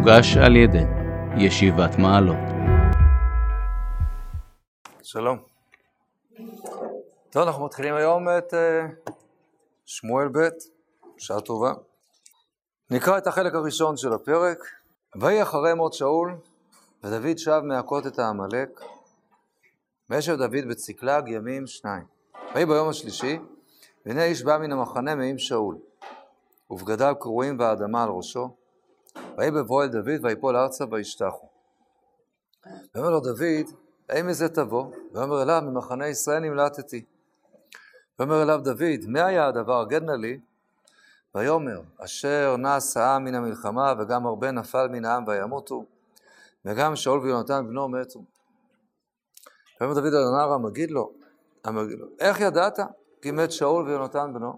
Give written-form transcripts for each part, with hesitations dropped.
מוגש על ידי ישיבת מעלות. שלום. טוב, אנחנו מתחילים היום את שמואל ב', שעה טובה. נקרא את החלק הראשון של הפרק. ויהי אחרי מות שאול, ודוד שב מהכות את העמלק, וישב דוד בצקלג ימים 2. ויהי ביום השלישי, והנה איש בא מן המחנה מעם שאול, ובגדיו קרועים והאדמה על ראשו. ויהי בבוא אל דוד, ויפול ארצה וישתחו. ואומר לו דוד, האם מזה תבוא? ואומר אליו, ממחנה ישראל נמלטתי. ואומר אליו דוד, מה היה הדבר? הגד נא לי. ויאמר, אשר נס העם מן המלחמה, וגם הרבה נפל מן העם וימותו, וגם שאול ויונתן בנו מתו. ואומר דוד אל הנער המגיד לו, איך ידעת? כי מת שאול ויונתן בנו.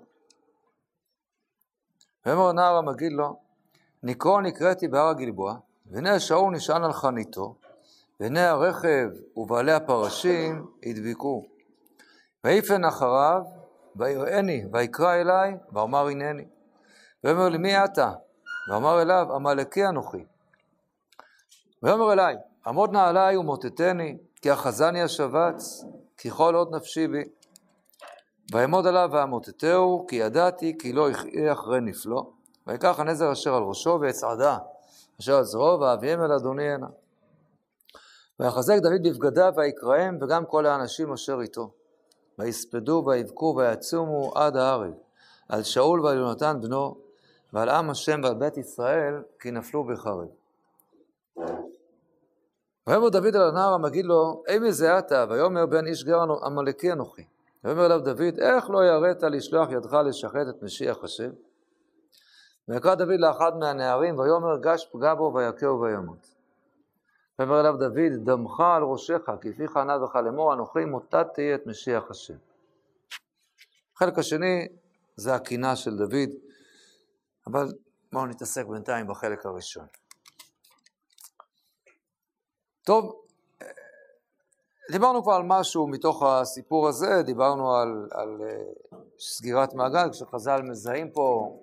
ואומר הנער המגיד לו, נקרא נקראתי בהר הגלבוע, והנה שאול נשען על חניתו, והנה הרכב ובעלי הפרשים הדביקו. ויפן אחריו, ויראני, ויקרא אליי, ואומר הנני. ואומר לי, מי אתה? ואומר אליו, עמלקי אנוכי. ואומר אליי, עמוד נא עלי ומוטטני, כי אחזני השבץ, כי כל עוד נפשי בי. ויעמוד עליו ואמוטטהו, כי ידעתי, כי לא יחיה אחרי נפלו. ויקח הנזר אשר על ראשו, ויצעדה אשר על זרועו, ואביהם אל אדוני הנה. ויחזק דוד בבגדיו ויקראם, וגם כל האנשים אשר איתו. ויספדו ויבכו ויצומו עד הערב, על שאול ועל יונתן בנו, ועל עם השם ועל בית ישראל, כי נפלו בחרב. ויאמר דוד אל הנער המגיד לו, אימי זה אתה? ויאמר בן איש גר עמלקי אנוכי. ויאמר אליו דוד, איך לא יראת לשלוח ידך לשחט את משיח השם? ויקרא דוד לאחד מהנערים, ויאמר גש פגע בו ויכהו וימות. ואומר אליו דוד, דמך על ראשך, כי פיך ענה בך לאמור, אנוכי מוטטתי את משיח השם. החלק השני זה הקינה של דוד, אבל בואו נתעסק בינתיים בחלק הראשון. טוב, דיברנו כבר על משהו מתוך הסיפור הזה, דיברנו על סגירת מעגל, כשחז"ל מזהים פה,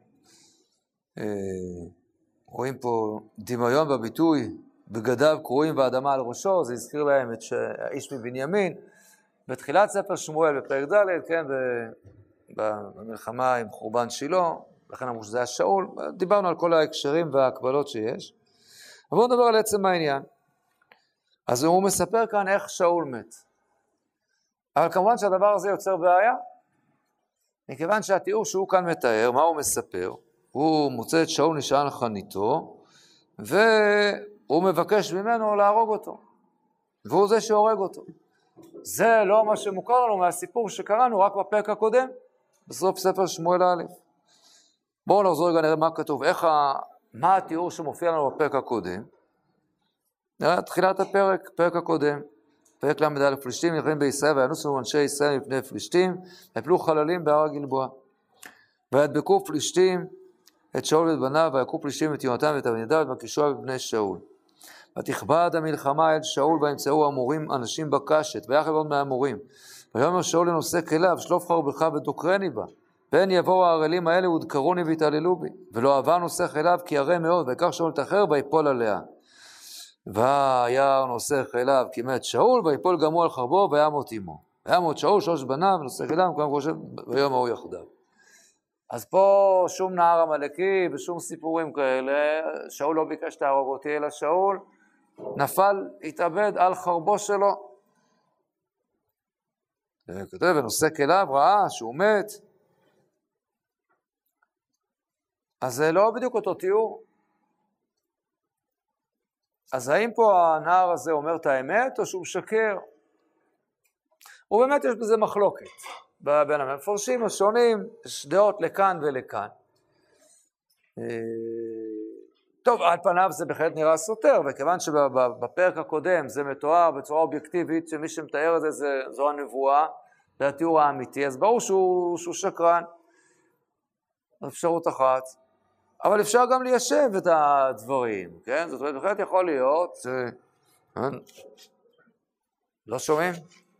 רואים פה דמיון בביטוי, בגדיו קרועים והאדמה על ראשו, זה הזכיר להם את האיש מבנימין, בתחילת ספר שמואל בפרק ד', כן, במלחמה עם חורבן שילה, לכן אמרו שזה היה שאול, דיברנו על כל ההקשרים וההקבלות שיש, אבל בואו נדבר על עצם העניין. אז הוא מספר כאן איך שאול מת, אבל כמובן שהדבר הזה יוצר בעיה, מכיוון שהתיאור שהוא כאן מתאר, מה הוא מספר? הוא מוצא את שאול נשען על חניתו, והוא מבקש ממנו להרוג אותו, והוא זה שהורג אותו. זה לא מה שמוכר לנו מהסיפור שקראנו רק בפרק הקודם, בסוף ספר שמואל א'. בואו נחזור רגע נראה מה כתוב, מה התיאור שמופיע לנו בפרק הקודם. נראה תחילת הפרק, פרק הקודם, פרק למד פלישתים נלחמים בישראל, וינוסו אנשי ישראל מפני פלישתים, ויפלו חללים בהר הגלבוע. וידבקו פלישתים את שאול ואת בניו, ויכו פלישתים את יונתן ואת אבינדב, וקישוע בבני שאול. ותכבד המלחמה אל שאול, וימצאו המורים אנשים בקשת, ויחד עוד מהמורים. ויאמר שאול לנושא כליו, שלוף חרבך ודוקרני בה. פן יבואו הערלים האלה ודקרוני והתעללו בי. ולא אהבה נושא אליו כי ירא מאוד, ויקח שאול את אחר ויפול עליה. והיה נושא אליו כי מת שאול, ויפול גם הוא על חרבו וימות עמו. וימות שאול שלוש בניו, נושא אליו, כמה חושב, ויום ההוא יחדיו. אז פה שום נער עמלקי ושום סיפורים כאלה, שאול לא ביקש להרוג אותי, אלא שאול נפל, התאבד על חרבו שלו. כתוב, ונושא אליו, ראה שהוא מת. אז זה לא בדיוק אותו תיאור. אז האם פה הנער הזה אומר את האמת או שהוא משקר? ובאמת יש בזה מחלוקת. בין המפרשים השונים, יש דעות לכאן ולכאן. טוב, על פניו זה בהחלט נראה סותר, וכיוון שבפרק הקודם זה מתואר בצורה אובייקטיבית, שמי שמתאר את זה זו הנבואה, זה התיאור האמיתי, אז ברור שהוא שקרן. אפשרות אחת. אבל אפשר גם ליישב את הדברים, כן? זאת אומרת, בהחלט יכול להיות, לא שומעים?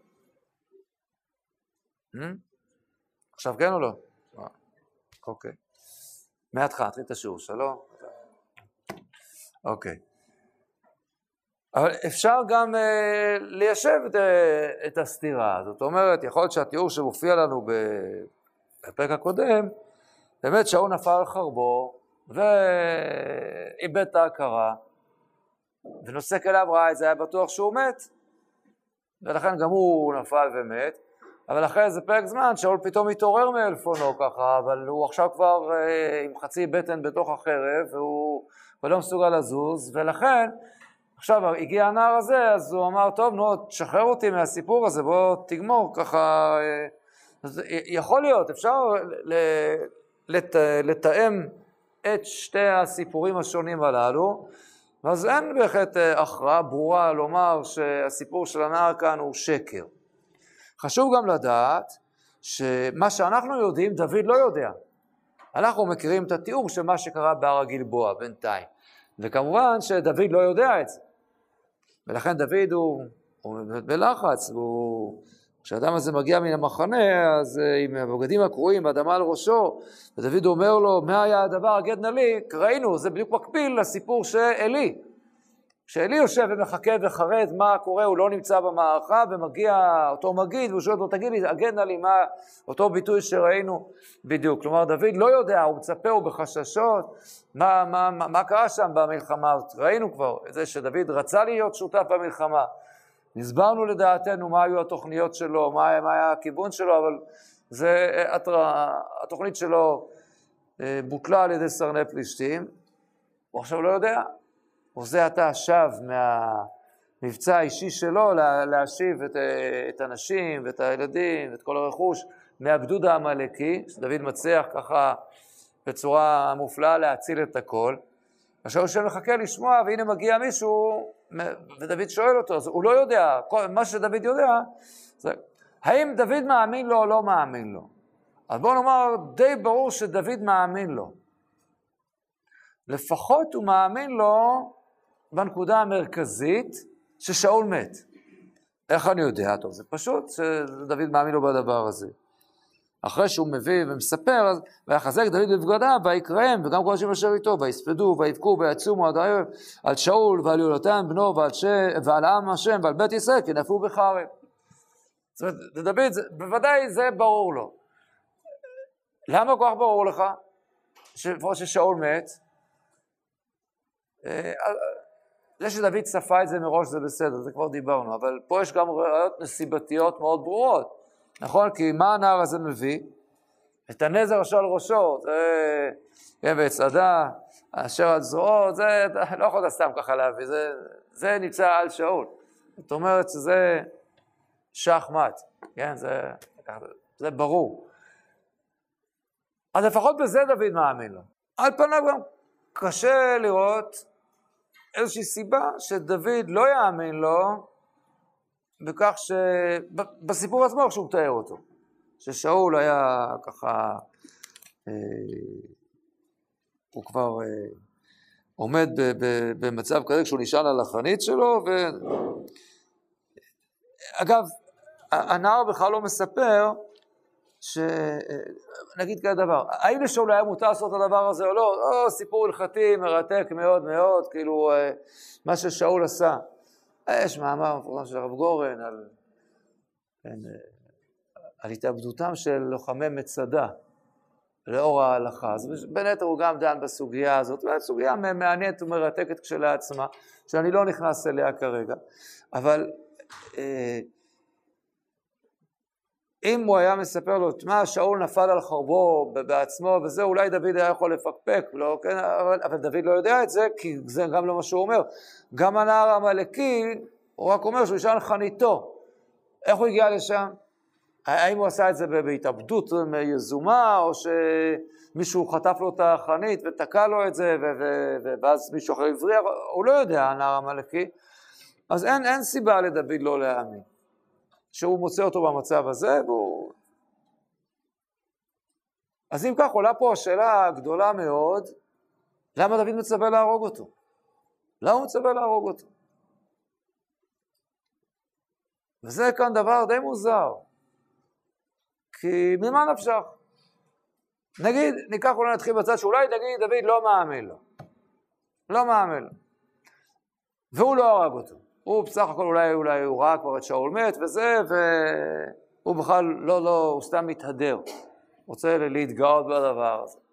עכשיו כן או לא? אוקיי. מהתחלה, נתחיל את השיעור, שלום. אוקיי. אבל אפשר גם ליישב את הסתירה. זאת אומרת, יכול להיות שהתיאור שמופיע לנו בפרק הקודם, באמת שאול נפל על חרבו, ואיבד את ההכרה, ונוסק אליו ראה את זה, היה בטוח שהוא מת, ולכן גם הוא נפל ומת, אבל אחרי איזה פרק זמן, שאול פתאום התעורר מאלפונו ככה, אבל הוא עכשיו כבר עם חצי בטן בתוך החרב, והוא לא מסוגל לזוז, ולכן, עכשיו הגיע הנער הזה, אז הוא אמר, טוב, נו, תשחרר אותי מהסיפור הזה, בוא תגמור ככה. אז יכול להיות, אפשר לתאם את שתי הסיפורים השונים הללו, אז אין בהחלט הכרעה ברורה לומר שהסיפור של הנער כאן הוא שקר. חשוב גם לדעת שמה שאנחנו יודעים, דוד לא יודע. אנחנו מכירים את התיאור של מה שקרה בהר הגלבוע בינתיים. וכמובן שדוד לא יודע את זה. ולכן דוד הוא בלחץ, כשאדם הזה מגיע מן המחנה, אז עם הבגדים הקרועים, אדמה על ראשו, ודוד אומר לו, מה היה הדבר, הגד נא לי? ראינו, זה בדיוק מקביל לסיפור של אלי. כשאלי יושב ומחכה וחרד מה קורה, הוא לא נמצא במערכה, ומגיע אותו מגיד, והוא שואל אותו, תגיד לי, הגד נא לי, מה אותו ביטוי שראינו בדיוק. כלומר, דוד לא יודע, הוא מצפה, הוא בחששות, מה קרה שם במלחמה. ראינו כבר את זה שדוד רצה להיות שותף במלחמה. נסברנו לדעתנו מה היו התוכניות שלו, מה היה הכיוון שלו, אבל התוכנית שלו בוטלה על ידי סרני פלישתים, הוא עכשיו לא יודע. וזה אתה שב מהמבצע האישי שלו להשיב את הנשים ואת הילדים ואת כל הרכוש מהגדוד העמלקי, שדוד מצליח ככה בצורה מופלאה להציל את הכל. עכשיו הוא שמחכה לשמוע, והנה מגיע מישהו, ודוד שואל אותו, אז הוא לא יודע, מה שדוד יודע, זה, האם דוד מאמין לו או לא מאמין לו? אז בואו נאמר, די ברור שדוד מאמין לו. לפחות הוא מאמין לו בנקודה המרכזית ששאול מת. איך אני יודע? טוב, זה פשוט שדוד מאמין לו בדבר הזה. אחרי שהוא מביא ומספר, ויחזק דוד בבגדיו, ויקראם, וגם כל אנשים אשר איתו, ויספדו, ויבכו, ויצומו עד הערב, על שאול ועל יונתן בנו, ועל עם השם, ועל בית ישראל, כי נפלו בחרב. זאת אומרת, לדוד, בוודאי זה ברור לו. למה כל כך ברור לך? ששאול מת? זה שדוד צפה את זה מראש זה בסדר, זה כבר דיברנו, אבל פה יש גם ראיות נסיבתיות מאוד ברורות. נכון? כי מה הנער הזה מביא? את הנזר אשר על ראשו, זה והצעדה, אשר על זרועות, זה לא יכול סתם ככה להביא, זה נמצא על שאול. זאת אומרת שזה שחמט, כן? זה ברור. אז לפחות בזה דוד מאמין לו. על פניו גם קשה לראות איזושהי סיבה שדוד לא יאמין לו, בכך שבסיפור עצמו שהוא מתאר אותו, ששאול היה ככה, הוא כבר עומד במצב כזה כשהוא נשען על החנית שלו, אגב, הנער בכלל לא מספר, נגיד כזה דבר, האם לשאול היה מותר לעשות את הדבר הזה או לא? סיפור הלכתי מרתק מאוד מאוד, כאילו מה ששאול עשה. יש מאמר מפורסם של הרב גורן על התאבדותם של לוחמי מצדה לאור ההלכה. אז בין היתר הוא גם דן בסוגיה הזאת, סוגיה מעניינת ומרתקת כשלעצמה, שאני לא נכנס אליה כרגע. אבל אם הוא היה מספר לו, מה, שאול נפל על חרבו בעצמו, וזה אולי דוד היה יכול לפקפק, לא, כן? אבל דוד לא יודע את זה, כי זה גם לא מה שהוא אומר. גם הנער העמלקי, הוא רק אומר שהוא ישן חניתו. איך הוא הגיע לשם? האם הוא עשה את זה בהתאבדות יזומה, או שמישהו חטף לו את החנית ותקע לו את זה, ואז מישהו אחר הבריח? הוא לא יודע, הנער העמלקי. אז אין סיבה לדוד לא להאמין. שהוא מוצא אותו במצב הזה, אז אם כך עולה פה השאלה הגדולה מאוד, למה דוד מצווה להרוג אותו? למה הוא מצווה להרוג אותו? וזה כאן דבר די מוזר, כי ממה נפשך? נגיד, ניקח אולי נתחיל בצד שאולי נגיד דוד לא מאמין לו. לא מאמין לו. והוא לא הרג אותו. הוא בסך הכל אולי הוא ראה כבר את שאול מת וזה, והוא בכלל לא, הוא סתם מתהדר. רוצה להתגאות בדבר הזה.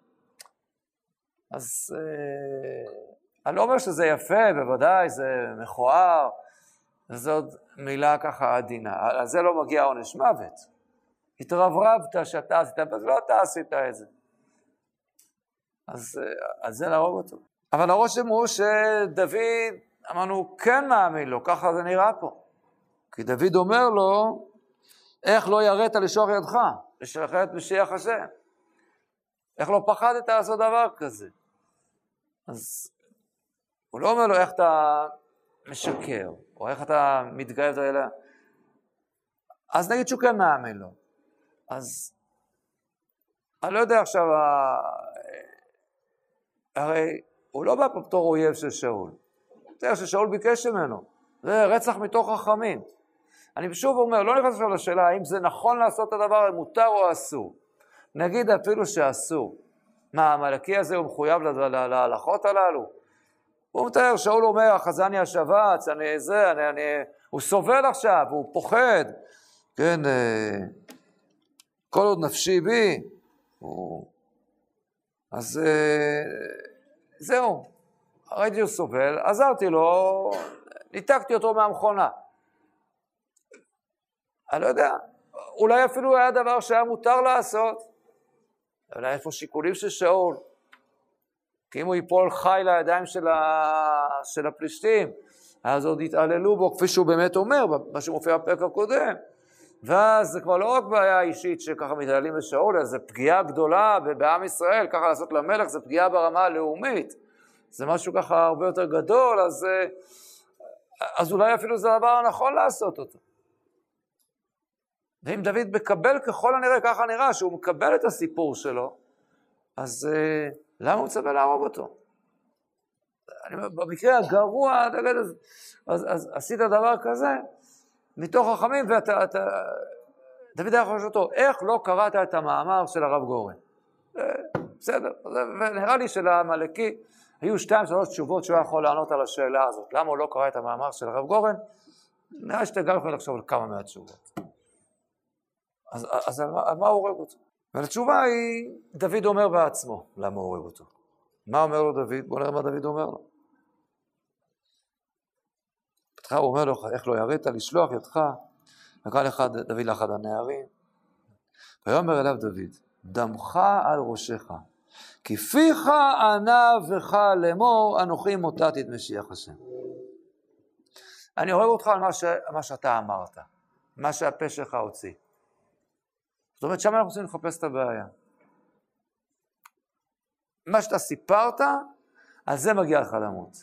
אז אני לא אומר שזה יפה, בוודאי, זה מכוער, זאת מילה ככה עדינה. על זה לא מגיע עונש מוות. התרברבת שאתה עשית, אבל לא אתה עשית את זה. אז על זה להרוג אותו. אבל הרושם הוא שדוד, אמרנו, כן מאמין לו, ככה זה נראה פה. כי דוד אומר לו, איך לא יראת לשוח ידך, לשחט את משיח השם? איך לא פחדת לעשות דבר כזה? אז הוא לא אומר לו, איך אתה משקר, או איך אתה מתגייב דאלה. אז נגיד שהוא כן מאמין לו. אז אני לא יודע עכשיו, הרי הוא לא בא פה בתור אויב של שאול. זה ששאול ביקש ממנו. זה רצח מתוך רחמים. אני שוב אומר, לא נכנס עכשיו לשאלה האם זה נכון לעשות את הדבר, אם מותר או אסור. נגיד אפילו שאסור. מה, המלאקי הזה הוא מחויב להלכות הללו? הוא מתאר, שאול אומר, החזני השבץ, הוא סובל עכשיו, הוא פוחד. כן, כל עוד נפשי בי. אז זהו. ראיתי שהוא סובל, עזרתי לו, ניתקתי אותו מהמכונה. אני לא יודע, אולי אפילו היה דבר שהיה מותר לעשות. אולי יש פה שיקולים של שאול. כי אם הוא ייפול חי לידיים של הפלישתים, אז עוד יתעללו בו, כפי שהוא באמת אומר, מה שמופיע בפרק הקודם. ואז זה כבר לא רק בעיה אישית שככה מתעללים בשאול, אלא זה פגיעה גדולה בעם ישראל, ככה לעשות למלך, זה פגיעה ברמה הלאומית. זה משהו ככה הרבה יותר גדול, אז אולי אפילו זה הדבר הנכון לעשות אותו. ואם דוד מקבל ככל הנראה, ככה נראה, שהוא מקבל את הסיפור שלו, אז למה הוא מצווה להרוג אותו? במקרה הגרוע, אז עשית דבר כזה, מתוך רחמים, דוד היה חושב אותו, איך לא קראת את המאמר של הרב גורן? בסדר, ונראה לי שלעמלקי, היו 2-3 תשובות שהוא יכול לענות על השאלה הזאת. למה הוא לא קרא את המאמר של הרב גורן? נראה שאתה גם יכול לחשוב על כמה מהתשובות. אז על מה הוא הורג אותו? והתשובה היא, דוד אומר בעצמו, למה הוא הורג אותו. מה אומר לו דוד? בוא נראה מה דוד אומר לו. פתחה הוא אומר לו, איך לא יראת לשלוח ידך, וקרא דוד לאחד הנערים. ויאמר אליו דוד, דמך על ראשך, כי פיך ענה בך לאמור, אנוכי מוטטתי את משיח השם. אני הורג אותך על מה שאתה אמרת, מה שהפה שלך הוציא. זאת אומרת, שם אנחנו רוצים לחפש את הבעיה. מה שאתה סיפרת, על זה מגיע לך למות.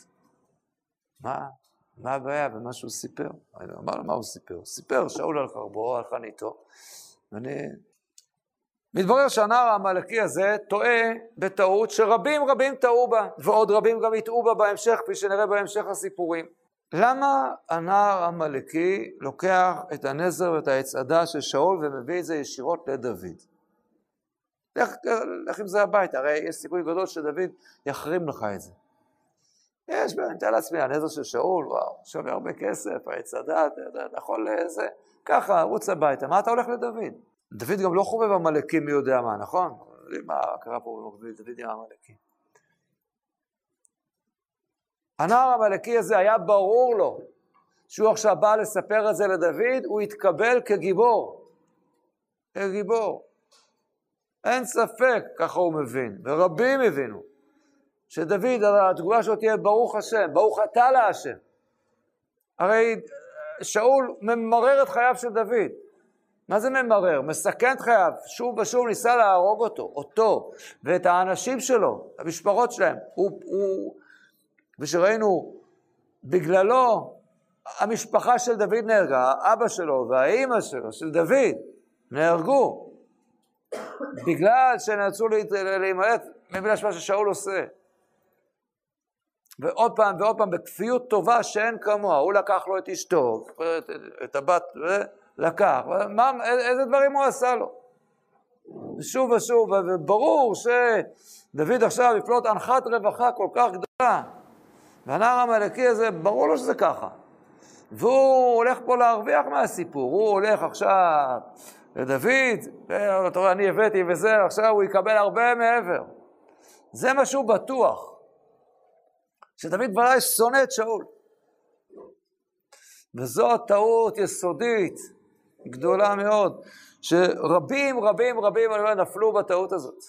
מה הבעיה במה שהוא סיפר? אמר לו מה הוא סיפר? סיפר שאול על חרבו, על חניתו, מתברר שהנער העמלקי הזה טועה בטעות שרבים טעו בה, ועוד רבים גם יטעו בה בהמשך, כפי שנראה בהמשך הסיפורים. למה הנער העמלקי לוקח את הנזר ואת העצדה של שאול ומביא את זה ישירות לדוד? לך עם זה הביתה, הרי יש סיכוי גדול שדוד יחרים לך את זה. יש, אני אתן לעצמי, הנזר של שאול, וואו, שווה הרבה כסף, העצדה, אתה יכול לזה, ככה, רוץ הביתה, מה אתה הולך לדוד? דוד גם לא חובב המלאקים מי יודע מה, נכון? מה קרה פה במקביל, דוד עם המלאקים. הנער המלאקי הזה היה ברור לו, שהוא עכשיו בא לספר את זה לדוד, הוא יתקבל כגיבור. כגיבור. אין ספק, ככה הוא מבין, ורבים הבינו, שדוד, התגובה שלו תהיה ברוך השם, ברוך אתה להשם. הרי שאול ממרר את חייו של דוד. מה זה ממרר? מסכן את חייו, שוב ושוב ניסה להרוג אותו, ואת האנשים שלו, המשפחות שלהם. ושראינו, בגללו, המשפחה של דוד נהרגה, אבא שלו והאימא שלו, של דוד, נהרגו. בגלל שנרצו להימלט, מבין השפעה ששאול עושה. ועוד פעם, בכפיות טובה שאין כמוה, הוא לקח לו את אשתו, את הבת, לקח, איזה דברים הוא עשה לו? שוב ושוב, וברור שדוד עכשיו יפלוט הנחת רווחה כל כך גדולה, והנער העמלקי הזה, ברור לו שזה ככה. והוא הולך פה להרוויח מהסיפור, הוא הולך עכשיו לדוד, אתה רואה, אני הבאתי וזה, עכשיו הוא יקבל הרבה מעבר. זה משהו בטוח, שדוד ודאי שונא את שאול. וזו טעות יסודית, גדולה מאוד, שרבים נפלו בטעות הזאת.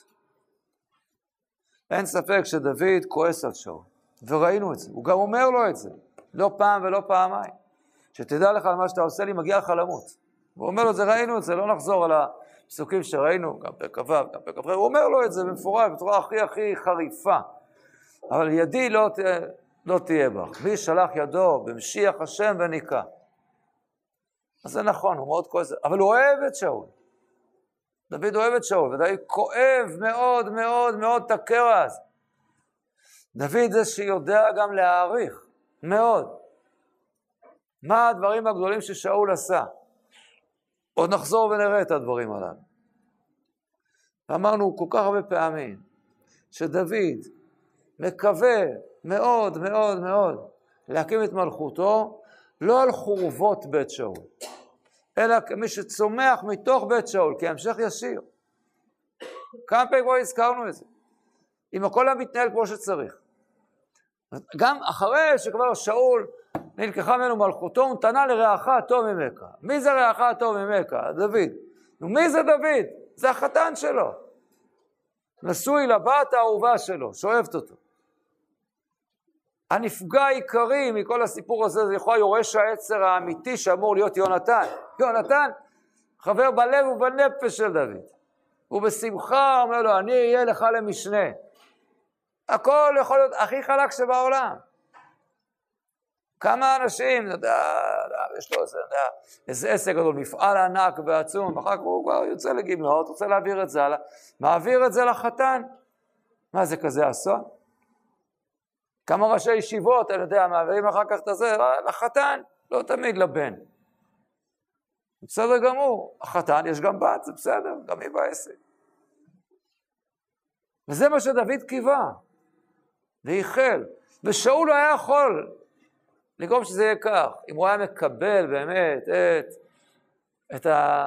אין ספק שדוד כועס על שאול, וראינו את זה, הוא גם אומר לו את זה, לא פעם ולא פעמיים. שתדע לך על מה שאתה עושה לי, מגיע לך למות. הוא אומר לו את זה, ראינו את זה, לא נחזור על הפסוקים שראינו, גם פרק ו', גם פרק ו', הוא אומר לו את זה במפורש, בצורה הכי חריפה. אבל ידי לא תהיה בך. מי שלח ידו במשיח השם וניקה. אז זה נכון, הוא מאוד כועס, אבל הוא אוהב את שאול. דוד אוהב את שאול, ודאי כואב מאוד את הקרע הזה. דוד זה שיודע גם להעריך, מאוד. מה הדברים הגדולים ששאול עשה? עוד נחזור ונראה את הדברים הללו. אמרנו כל כך הרבה פעמים, שדוד מקווה מאוד להקים את מלכותו, לא על חורבות בית שאול, אלא כמי שצומח מתוך בית שאול, כהמשך ישיר. כמה פעמים כבר הזכרנו את זה. אם הכל מתנהל כמו שצריך. גם אחרי שכבר שאול נלקחה ממנו מלכותו, הוא נתנה לרעך הטוב ממך. מי זה רעך הטוב ממך? דוד. מי זה דוד? זה החתן שלו. נשוי לבת האהובה שלו, שאוהבת אותו. הנפגע העיקרי מכל הסיפור הזה, זה יכול יורש העצר האמיתי שאמור להיות יונתן. יונתן, חבר בלב ובנפש של דוד. הוא בשמחה אומר לו, אני אהיה לך למשנה. הכל יכול להיות הכי חלק שבעולם. כמה אנשים, יש לו איזה עסק גדול, מפעל ענק ועצום, ואחר כך הוא כבר יוצא לגמלאות, רוצה להעביר את זה הלאה, מעביר את זה לחתן. מה זה כזה אסון? כמה ראשי ישיבות, אני יודע, מעבירים אחר כך את זה, לחתן, לא תמיד לבן. בסדר גמור, החתן יש גם בת, זה בסדר, גם היא בעסק. וזה מה שדוד קיווה, וייחל, ושאול לא היה יכול לגרום שזה יהיה כך, אם הוא היה מקבל באמת את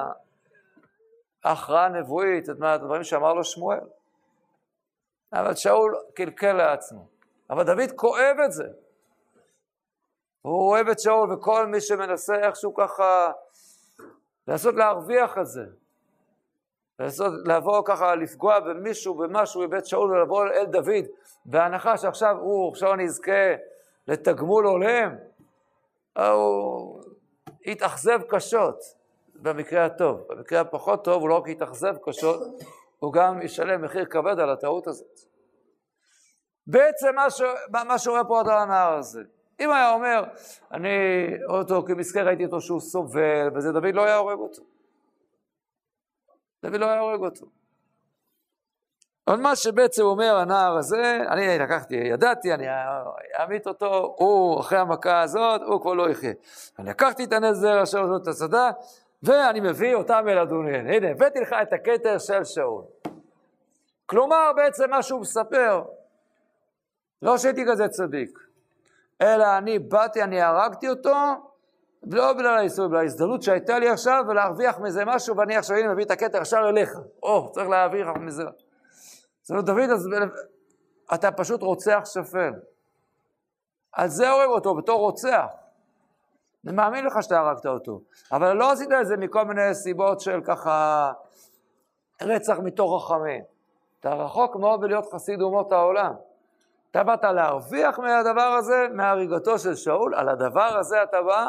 ההכרעה הנבואית, את הדברים שאמר לו שמואל. אבל שאול קלקל לעצמו. אבל דוד כואב את זה. הוא אוהב את שאול, וכל מי שמנסה איכשהו ככה, לעשות להרוויח את זה. לבוא ככה, לפגוע במישהו, במשהו בבית שאול, ולבוא אל דוד, בהנחה שעכשיו עכשיו נזכה לתגמול הולם, הוא יתאכזב קשות, במקרה הטוב. במקרה הפחות טוב, הוא לא רק יתאכזב קשות, הוא גם ישלם מחיר כבד על הטעות הזאת. בעצם מה שאומר פה על הנער הזה, אם היה אומר, אני אותו כמזכר ראיתי אותו שהוא סובל, וזה דוד לא היה הורג אותו. דוד לא היה הורג אותו. אבל מה שבעצם אומר הנער הזה, אני לקחתי, ידעתי, אני אעמית אותו, הוא אחרי המכה הזאת, הוא כבר לא יחיה. אני לקחתי את הנזר אשר עוזות את הצדה, ואני מביא אותם אל אדוניהם. הנה, הבאתי לך את הכתר של שאול. כלומר, בעצם מה שהוא מספר, לא שהייתי כזה צדיק, אלא אני באתי, אני הרגתי אותו, לא בגלל האיסור, בגלל ההזדמנות שהייתה לי עכשיו, ולהרוויח מזה משהו, ואני עכשיו הנה מביא את הכתר עכשיו אליך. צריך להעביר מזה. זאת אומרת, דוד, אז אתה פשוט רוצח שפל. על זה הורג אותו, בתור רוצח. אני מאמין לך שאתה הרגת אותו. אבל לא עשית את זה מכל מיני סיבות של ככה, רצח מתוך רחמים. אתה רחוק מאוד בלהיות חסיד אומות העולם. אתה באת להרוויח מהדבר הזה, מהריגתו של שאול, על הדבר הזה אתה בא.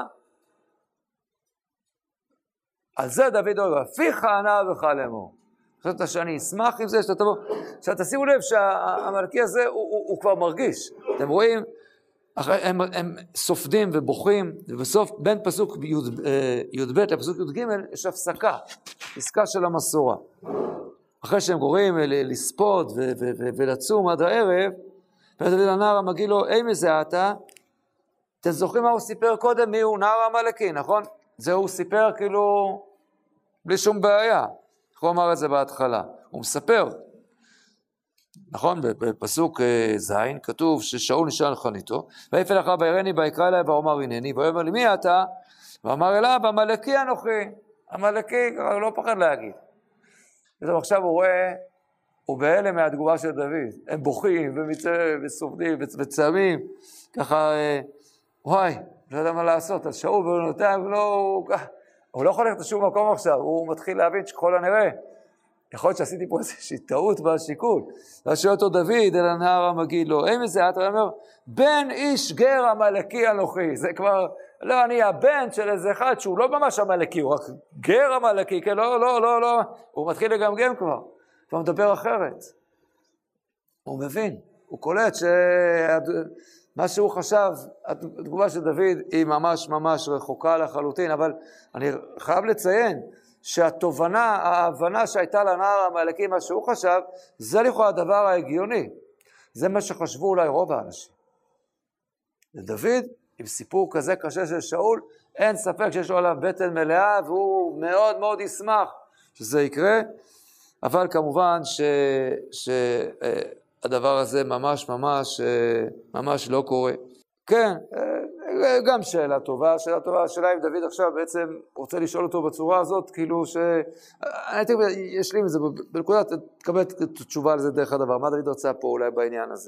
על זה דוד אומר, אפיך ענה בך לאמור. חשבת שאני אשמח עם זה, שאתה תבוא. עכשיו תשימו לב שהמלכי הזה הוא כבר מרגיש. אתם רואים, הם סופדים ובוכים, ובסוף בין פסוק י"ב לפסוק י"ג יש הפסקה, פסקה של המסורה. אחרי שהם גורמים לספוד ולצום עד הערב, ודוד הנער מגיע לו, מי זה אתה? אתם זוכרים מה הוא סיפר קודם? מי הוא? נער המלכי, נכון? זה הוא סיפר כאילו בלי שום בעיה. איך הוא אמר את זה בהתחלה? הוא מספר. נכון, בפסוק זין כתוב ששאול נשאל לחניתו, ויפל אחריו ויראני ויקרא אליי ואומר הנני, ויאמר לי מי אתה? ואמר אליו עמלקי אנוכי, עמלקי, הוא לא פחד להגיד. עכשיו הוא רואה, הוא בהלם מהתגובה של דוד, הם בוכים וסובלים וצמים, ככה, וואי, לא יודע מה לעשות, אז שאול בנותיו הוא לא יכול ללכת לשום מקום עכשיו, הוא מתחיל להבין שכל הנראה, יכול להיות שעשיתי פה איזושהי טעות בשיקול, ואז שואל אותו דוד אל הנער המגיד לו, אין מזה, אתה אומר, בן איש גר עמלקי אנוכי, זה כבר, לא, אני הבן של איזה אחד שהוא לא ממש עמלקי, הוא רק גר עמלקי, כן, לא, הוא מתחיל לגמגם כבר, הוא מדבר אחרת, הוא מבין, הוא קולט שמה שהוא חשב, התגובה של דוד היא ממש רחוקה לחלוטין, אבל אני חייב לציין, שהתובנה, ההבנה שהייתה לנער העמלקי, מה שהוא חשב, זה לכאורה הדבר ההגיוני. זה מה שחשבו אולי רוב האנשים. לדוד, עם סיפור כזה קשה של שאול, אין ספק שיש לו עליו בטן מלאה, והוא מאוד מאוד ישמח שזה יקרה, אבל כמובן שהדבר הזה ממש לא קורה. כן, גם שאלה טובה, השאלה אם דוד עכשיו בעצם רוצה לשאול אותו בצורה הזאת, כאילו אני אשלים את זה, בנקודה תקבל את התשובה על זה דרך הדבר, מה דוד רוצה פה אולי בעניין הזה.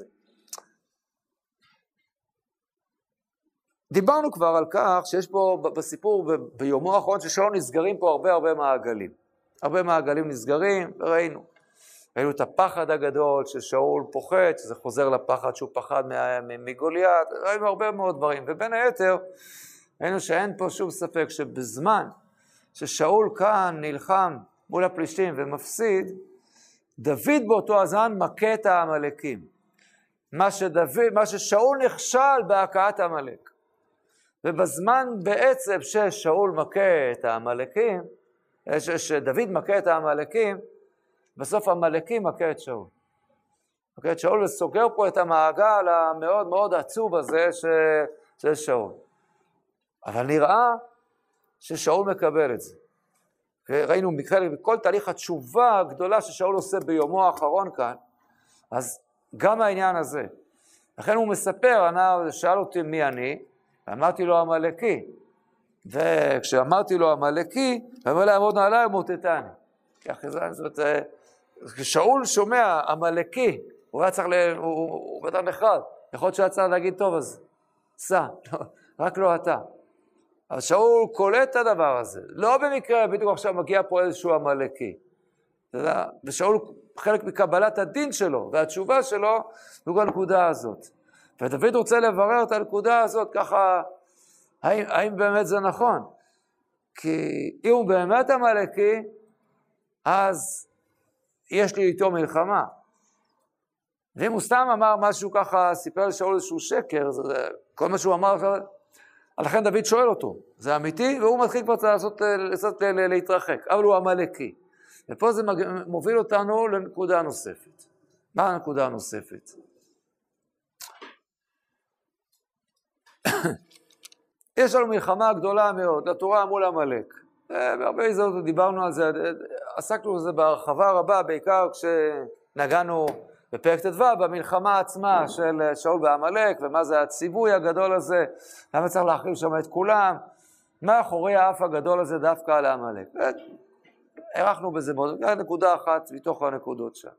דיברנו כבר על כך שיש פה בסיפור ביומו האחרון ששאול נסגרים פה הרבה מעגלים. הרבה מעגלים נסגרים, וראינו את הפחד הגדול ששאול פוחד, שזה חוזר לפחד שהוא פחד מגוליית, ראינו הרבה מאוד דברים, ובין היתר, ראינו שאין פה שום ספק שבזמן ששאול כאן נלחם מול הפלישתים ומפסיד, דוד באותו הזמן מכה את העמלקים. מה ששאול נכשל בהכאת העמלק. ובזמן בעצם ששאול מכה את העמלקים, שדוד מכה את העמלקים, בסוף המלאקים מכה את שאול. מכה את שאול וסוגר פה את המעגל המאוד מאוד עצוב הזה של שאול. אבל נראה ששאול מקבל את זה. ראינו בכל תהליך התשובה הגדולה ששאול עושה ביומו האחרון כאן, אז גם העניין הזה. לכן הוא מספר, הנער שאל אותי מי אני, ואמרתי לו המלאקי. וכשאמרתי לו המלאקי, ואמר לה עמוד נעלי ומוטטני. זאת אומרת, כששאול שומע המלאקי, הוא היה צריך, הוא בטח נחרד, יכול להיות שהיה צריך להגיד טוב אז, סע, רק לא אתה. אז שאול קולט את הדבר הזה, לא במקרה בדיוק עכשיו מגיע פה איזשהו המלאקי, ושאול חלק מקבלת הדין שלו, והתשובה שלו, הוא בנקודה הזאת. ודוד רוצה לברר את הנקודה הזאת, ככה, האם באמת זה נכון? כי אם הוא באמת המלאקי, אז יש לי איתו מלחמה. ואם הוא סתם אמר משהו ככה, סיפר לשאול איזשהו שקר, כל מה שהוא אמר, לכן דוד שואל אותו, זה אמיתי? והוא מתחיל כבר להתרחק, אבל הוא המלאקי. ופה זה מוביל אותנו לנקודה נוספת. מה הנקודה הנוספת? יש לנו מלחמה גדולה מאוד, לתורה מול המלאק. בהרבה הזדמנות דיברנו על זה, עסקנו בזה בהרחבה רבה, בעיקר כשנגענו בפרק ט"ו, במלחמה עצמה של שאול ועמלק, ומה זה הציווי הגדול הזה, למה צריך להחריב שם את כולם, מה אחורי האף הגדול הזה דווקא על העמלק. ערכנו בזה מאוד, נקודה אחת מתוך הנקודות שם.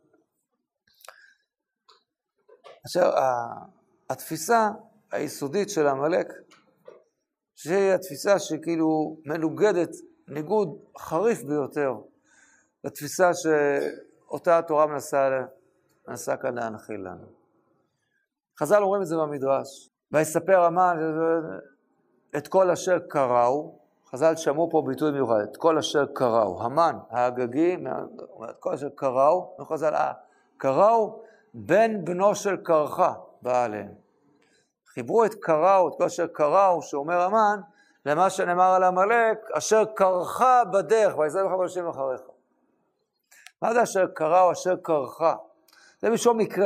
אשר התפיסה היסודית של עמלק, שהיא התפיסה שכאילו מנוגדת, ניגוד חריף ביותר, לתפיסה שאותה התורה מנסה כאן להנחיל לנו. חז"ל אומרים את זה במדרש, ויספר המן את כל אשר קראו, חז"ל שמעו פה ביטוי מיוחד, את כל אשר קראו, המן, האגגי, את כל אשר קראו, חז"ל, קראו בן בנו של קרחה, בא עליהם. חיברו את קראו, את כל אשר קראו, שאומר המן, למה שנאמר על עמלק, אשר קרחה בדרך, ויזהר לך אנשים אחריך. מה זה אשר קראו, אשר קרחה? זה משום מקרה.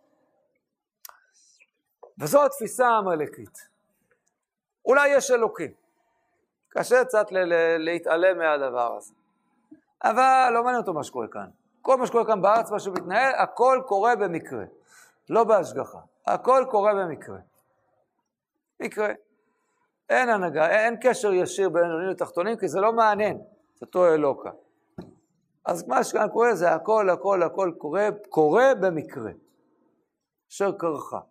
וזו התפיסה העמלקית. אולי יש אלוקים. קשה קצת להתעלם מהדבר הזה. אבל לא מעניין אותו מה שקורה כאן. כל מה שקורה כאן בארץ, מה שמתנהל, הכל קורה במקרה. לא בהשגחה. הכל קורה במקרה. מקרה. אין הנהגה, אין קשר ישיר בין עליונים לתחתונים, כי זה לא מעניין. זה אותו אלוקה. אז מה שכאן קורה זה הכל קורה במקרה. אשר קרחה.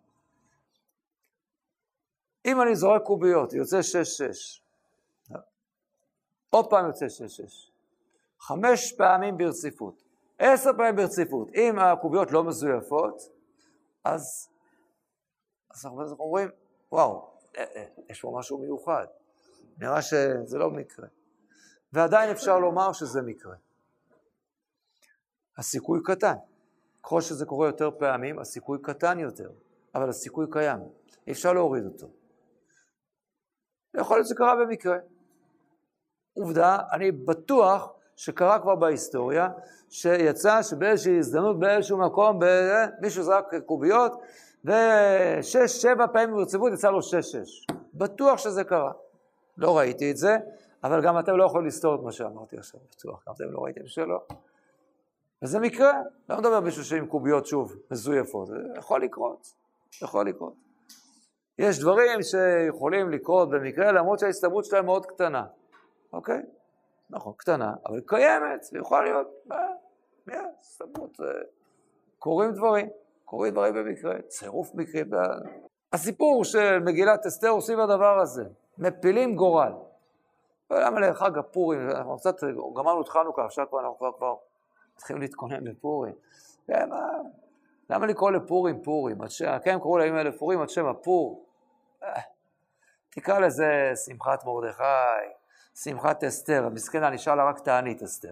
אם אני זורק קוביות, יוצא 6-6. עוד פעם יוצא 6-6. 5 פעמים ברציפות. 10 פעמים ברציפות. אם הקוביות לא מזויפות, אז אנחנו אומרים, וואו, יש פה משהו מיוחד. נראה שזה לא מקרה. ועדיין אפשר לומר שזה מקרה. הסיכוי קטן. ככל שזה קורה יותר פעמים, הסיכוי קטן יותר. אבל הסיכוי קיים. אי אפשר להוריד אותו. יכול להיות שקרה במקרה. עובדה, אני בטוח שקרה כבר בהיסטוריה, שיצא שבאיזושהי הזדמנות, באיזשהו מקום, מישהו זרק קוביות, ו6-7 פעמים ברציפות יצא לו 6-6. בטוח שזה קרה. לא ראיתי את זה, אבל גם אתם לא יכולים לסתור את מה שאמרתי עכשיו, בטוח. גם אתם לא ראיתם שלא. וזה מקרה. לא מדבר מישהו שעם קוביות שוב מזויפות. זה יכול לקרות. יכול לקרות. יש דברים שיכולים לקרות במקרה, למרות שההסתברות שלהם מאוד קטנה. אוקיי? נכון, קטנה, אבל קיימת, זה יכול להיות, הסתברות, קורים דברים במקרה, צירוף מקרים. הסיפור של מגילת אסתר הוא סביב הדבר הזה, מפילים גורל. למה לחג הפורים, אנחנו קצת גמרנו את חנוכה, עכשיו אנחנו כבר צריכים להתכונן לפורים. למה לקרוא לפורים פורים? כן, קראו להם אלה פורים, עד שם הפור. תקרא לזה שמחת מרדכי, שמחת אסתר, המסכנה נשאר לה רק תענית אסתר.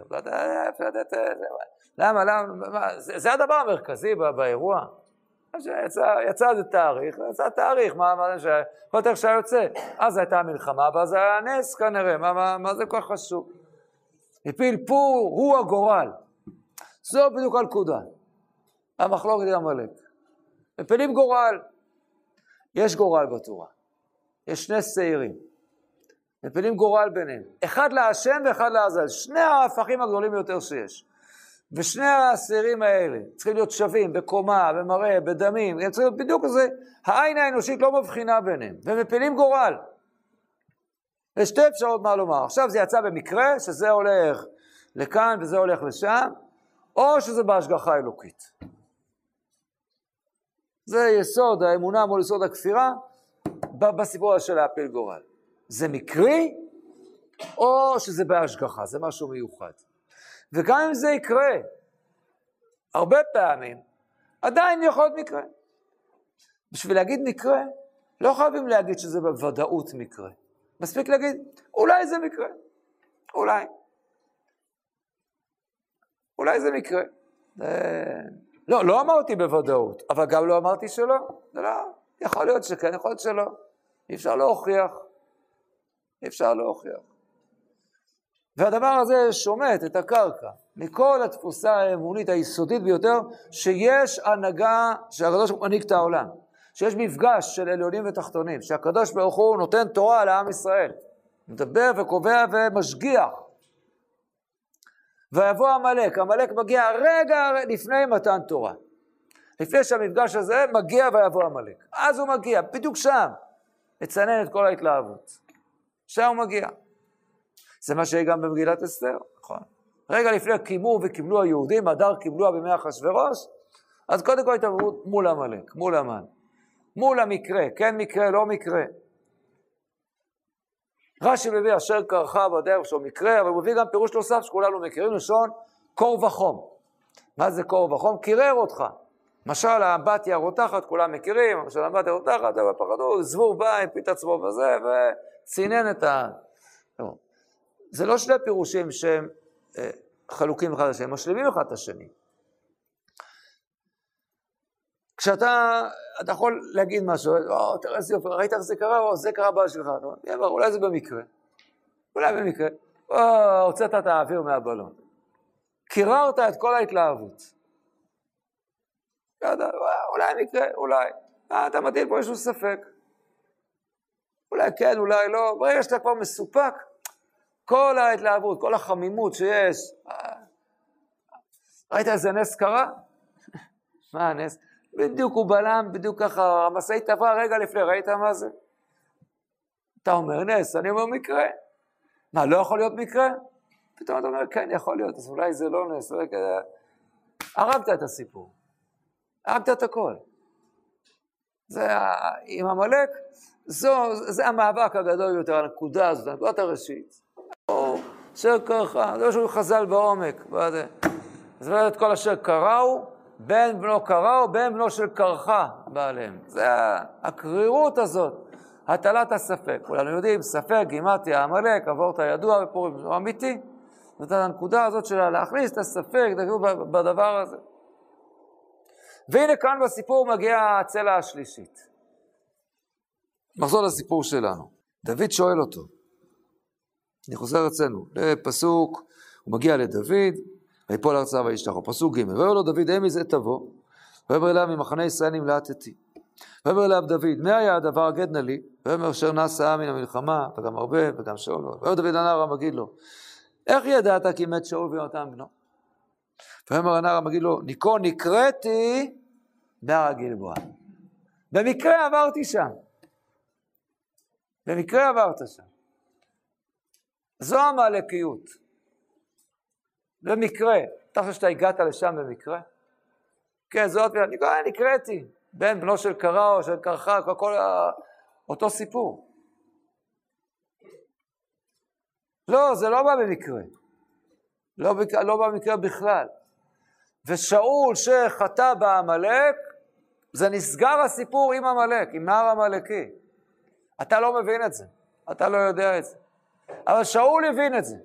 למה? זה הדבר המרכזי באירוע. יצא איזה תאריך, יצא תאריך, מה זה כל תאריך שהיוצא. אז הייתה המלחמה, ואז היה נס כנראה, מה זה כל כך חשוב? הפיל פור, הוא הגורל. זו בדיוק הנקודה. המחלוקת היא עמלק. מפילים גורל. יש גורל בתורה. יש 2 שעירים. מפילים גורל ביניהם. אחד להשם ואחד לעזל. 2 ההפכים הגדולים ביותר שיש. ושני השעירים האלה צריכים להיות שווים בקומה, במראה, בדמים. הם צריכים להיות בדיוק כזה. העין האנושית לא מבחינה ביניהם. ומפילים גורל. יש 2 אפשרות מה לומר. עכשיו זה יצא במקרה שזה הולך לכאן וזה הולך לשם. או שזה בהשגחה אלוקית. זה יסוד האמונה מול יסוד הכפירה, בסיפור של להפיל גורל. זה מקרי, או שזה בהשגחה, זה משהו מיוחד. וגם אם זה יקרה, הרבה פעמים, עדיין יכול להיות מקרה. בשביל להגיד מקרה, לא חייבים להגיד שזה בוודאות מקרה. מספיק להגיד, אולי זה מקרה. אולי זה מקרה. לא אמרתי בוודאות, אבל גם לא אמרתי שלא. זה לא, יכול להיות שכן, יכול להיות שלא. אי אפשר להוכיח. והדבר הזה שומט את הקרקע, מכל התפוסה האמונית היסודית ביותר, שיש הנהגה שהקדוש ברוך הוא מנהיג את העולם. שיש מפגש של עליונים ותחתונים, שהקדוש ברוך הוא נותן תורה לעם ישראל. מדבר וקובע ומשגיח. ויבוא עמלק מגיע רגע לפני מתן תורה. לפני שהמפגש הזה מגיע ויבוא עמלק. אז הוא מגיע, בדיוק שם, לצנן את כל ההתלהבות. שם הוא מגיע. זה מה שיהיה גם במגילת אסתר, נכון? רגע לפני קימו וקיבלו היהודים, הדר קיבלוה בימי אחשוורוש, אז קודם כל התערבות מול עמלק, מול המן. מול המקרה, כן מקרה, לא מקרה. רש"י מביא אשר קרחה בדרך שהוא מקרה, אבל הוא מביא גם פירוש נוסף שכולנו מכירים, לשון קור וחום. מה זה קור וחום? קירר אותך. משל האמבטיה הרותחת, כולם מכירים, משל האמבטיה הרותחת, אבל פחדו, זבוב בא, הפיל עצמו וזה, וצינן את ה... זה לא 2 פירושים שהם חלוקים אחד לשני, הם משלימים אחד את השני. כשאתה יכול להגיד משהו, תראה איזה יופי, ראית איך זה קרה, או זה קרה בהשגחה, אולי זה במקרה, הוצאת את האוויר מהבלון, קיררת את כל ההתלהבות, אולי מקרה, אולי, אתה מטיל פה איזשהו ספק, אולי כן, אולי לא, ברגע שאתה כבר מסופק, כל ההתלהבות, כל החמימות שיש, ראית איזה נס קרה? מה הנס? בדיוק הוא בלם, בדיוק ככה, המשאית עברה רגע לפני, ראית מה זה? אתה אומר נס, אני אומר מקרה. מה, לא יכול להיות מקרה? פתאום אתה אומר, כן, יכול להיות, אז אולי זה לא נס, אולי כזה. הרגת את הסיפור, הרגת את הכל. זה, עם עמלק, זה המאבק הגדול יותר, הנקודה הזאת, הנקודת הראשית. או שככה, זה שהוא חז"ל בעומק. אז לא את כל אשר קראו, בן בנו קראו, בן בנו של קרחה בעליהם. זה הקרירות הזאת, הטלת הספק. כולנו יודעים, ספק, גימטריה, עמלק, עבורת הידוע בפורים, זה אמיתי. זאת הנקודה הזאת שלה, להכניס את הספק, בדבר הזה. והנה כאן בסיפור מגיעה הצלע השלישית. נחזור לסיפור שלנו. דוד שואל אותו. אני חוזר אצלנו, לפסוק, הוא מגיע לדוד, ויפול ארצה וישלחו. פסוק ג' ואומר לו דוד, אמי זה תבוא, ואומר אליו ממחנה ישראל נמלטתי. ואומר אליו דוד, מה היה הדבר הגד נא לי? ואומר אשר נעשה מן המלחמה, וגם הרבה, וגם שאול. ואומר דוד הנער המגיד לו, איך ידעת כי מת שאול ויונתן בנו? ואומר הנער המגיד לו, נקראתי בהר הגלבוע. במקרה עברתי שם. במקרה עברת שם. זו המעלקיות. במקרה. אתה חושב שאתה הגעת לשם במקרה? כן, זאת, נקראתי. בן בנו של קרא או של קרחה, כל אותו סיפור. לא, זה לא בא במקרה. לא בא במקרה בכלל. ושאול שחטא בעמלק, זה נסגר הסיפור עם עמלק, עם נער עמלקי. אתה לא מבין את זה, אתה לא יודע את זה. אבל שאול הבין את זה.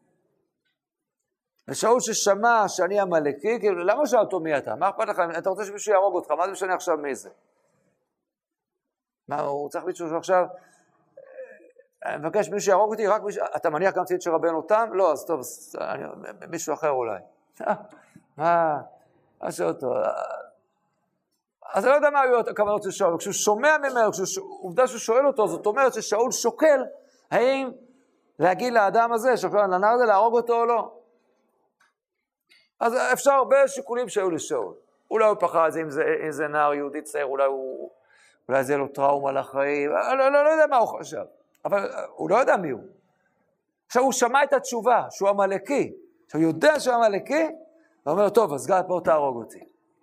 ושאול ששמע שאני עמלקי, כאילו, למה שאל אותו מי אתה? מה אכפת לך? אתה רוצה שמישהו יהרוג אותך, מה זה משנה עכשיו מי זה? מה, הוא צריך מישהו שעכשיו, אני מבקש מישהו יהרוג אותי, רק מישהו, אתה מניח גם ציית שרבן אותם? לא, אז טוב, מישהו אחר אולי. מה שאותו? אז אני לא יודע מה היו הכוונות של שאול, כשהוא שומע ממנו, עובדה שהוא שואל אותו, זאת אומרת ששאול שוקל, האם להגיד לאדם הזה, שוקל לנער הזה, להרוג אותו או לא. אז אפשר הרבה שיקולים שהיו לשאול. אולי הוא פחד אם זה נער יהודי צעיר, אולי זה לו טראומה לחיים, לא יודע מה הוא חשב, אבל הוא לא יודע מי הוא. עכשיו הוא שמע את התשובה, שהוא עמלקי, שהוא יודע שהוא עמלקי, ואומר, טוב, אז גל פה תהרוג אותי.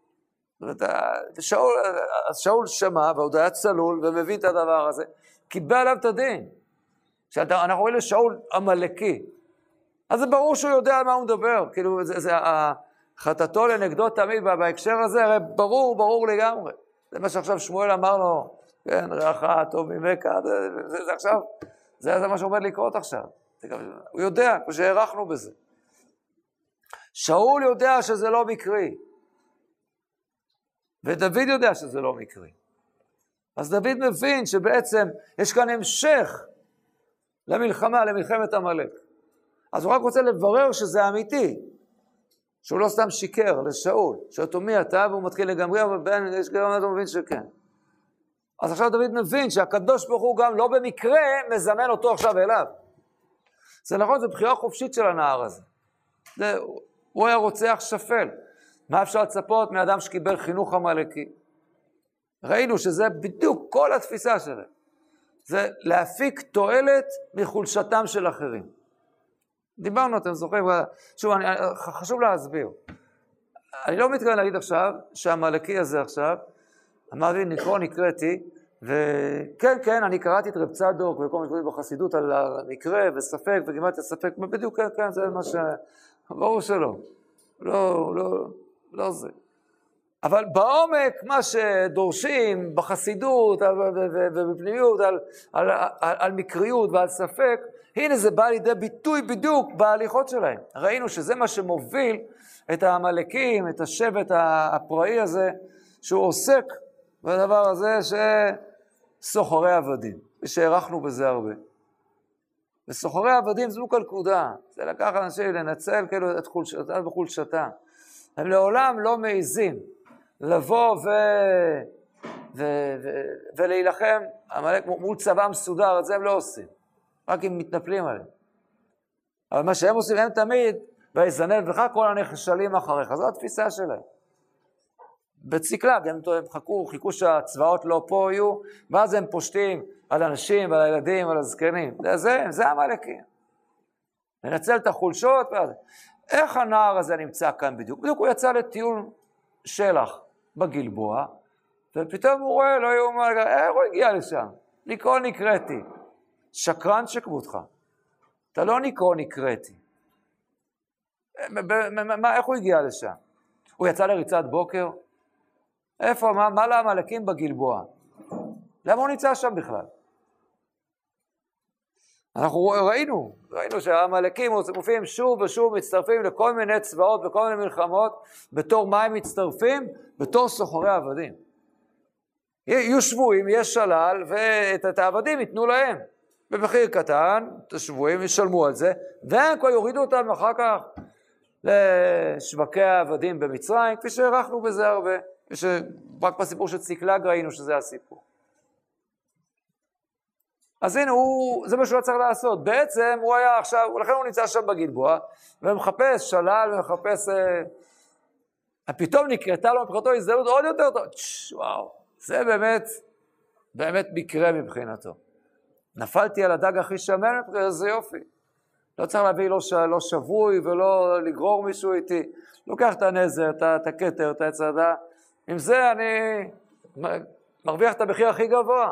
אז שאול שמע, ועוד היה צלול, ומבין את הדבר הזה, קיבל עליו את הדין. אנחנו רואים לשאול עמלקי. אז זה ברור שהוא יודע על מה הוא מדבר, כאילו זה חטאתו לנגדו תמיד בהקשר הזה, הרי ברור לגמרי. זה מה שעכשיו שמואל אמר לו, כן, רעך טוב ממך, זה עכשיו, זה מה שעומד לקרות עכשיו. הוא יודע, כמו שהערכנו בזה. שאול יודע שזה לא מקרי, ודוד יודע שזה לא מקרי. אז דוד מבין שבעצם יש כאן המשך למלחמה, למלחמת עמלק. אז הוא רק רוצה לברר שזה אמיתי, שהוא לא סתם שיקר לשאול, שאותו מי אתה, והוא מתחיל לגמרי, אבל בין יש גם אתה מבין שכן. אז עכשיו דוד מבין שהקדוש ברוך הוא גם לא במקרה מזמן אותו עכשיו אליו. זה נכון, זו בחירה חופשית של הנער הזה. הוא היה רוצח שפל. מה אפשר לצפות מאדם שקיבל חינוך עמלקי? ראינו שזה בדיוק כל התפיסה שלהם. זה להפיק תועלת מחולשתם של אחרים. דיברנו, אתם זוכרים, שוב, חשוב להסביר. אני לא מתכוון להגיד עכשיו, שהעמלקי הזה עכשיו, אמרתי, נקראתי, וכן, אני קראתי את רב צדוק, וכל מה שקוראים בחסידות על המקרה, וספק, וגימטריה ספק, בדיוק כן, זה מה ברור שלא. לא זה. אבל בעומק, מה שדורשים בחסידות, ובפנימיות, על מקריות ועל ספק, הנה זה בא לידי ביטוי בדיוק בהליכות שלהם. ראינו שזה מה שמוביל את העמלקים, את השבט הפראי הזה, שהוא עוסק בדבר הזה שסוחרי עבדים, ושהערכנו בזה הרבה. וסוחרי עבדים זו כלכודה, זה לקח אנשים לנצל כאילו את חולשתם וחולשתם. הם לעולם לא מעיזים לבוא ולהילחם עמלק מול צבא מסודר, את זה הם לא עושים. רק אם מתנפלים עליהם. אבל מה שהם עושים, הם תמיד, ויזנב לך כל הנחשלים אחריך. זו התפיסה שלהם. בציקלג, הם חיכו שהצבאות לא פה יהיו, ואז הם פושטים על אנשים, על הילדים, על הזקנים. זה המלאקים. לנצל את החולשות. איך הנער הזה נמצא כאן בדיוק? בדיוק הוא יצא לטיול שלח בגלבוע, ופתאום הוא רואה, לא יאומן, איך הוא הגיע לשם? ניקרו נקראתי. שקרן שכבודך. אתה לא ניקרו נקראתי. איך הוא הגיע לשם? הוא יצא לריצת בוקר? איפה, מה למלאקים בגלבוע? למה הוא נמצא שם בכלל? אנחנו ראינו שהמלאקים מופיעים שוב ושוב, מצטרפים לכל מיני צבאות וכל מיני מלחמות, בתור מה הם מצטרפים? בתור סוחרי עבדים. יהיו שבויים, יש שלל, ואת העבדים ייתנו להם. במחיר קטן, את השבויים ישלמו על זה, והם כבר יורידו אותם אחר כך לשווקי העבדים במצרים, כפי שהערכנו בזה הרבה. רק בסיפור של ציקלג ראינו שזה הסיפור. אז הנה, זה מה שהוא היה צריך לעשות. בעצם הוא היה עכשיו, לכן הוא נמצא שם בגלבוע, ומחפש שלל, ומחפש... פתאום נקראתה לו מבחינתו הזדמנות עוד יותר טוב. וואו, זה באמת מקרה מבחינתו. נפלתי על הדג הכי שמן, זה יופי. לא צריך להביא לא שבוי ולא לגרור מישהו איתי. לוקח את הנזר, את הכתר, את הצעדה. עם זה אני מרוויח את המחיר הכי גבוה.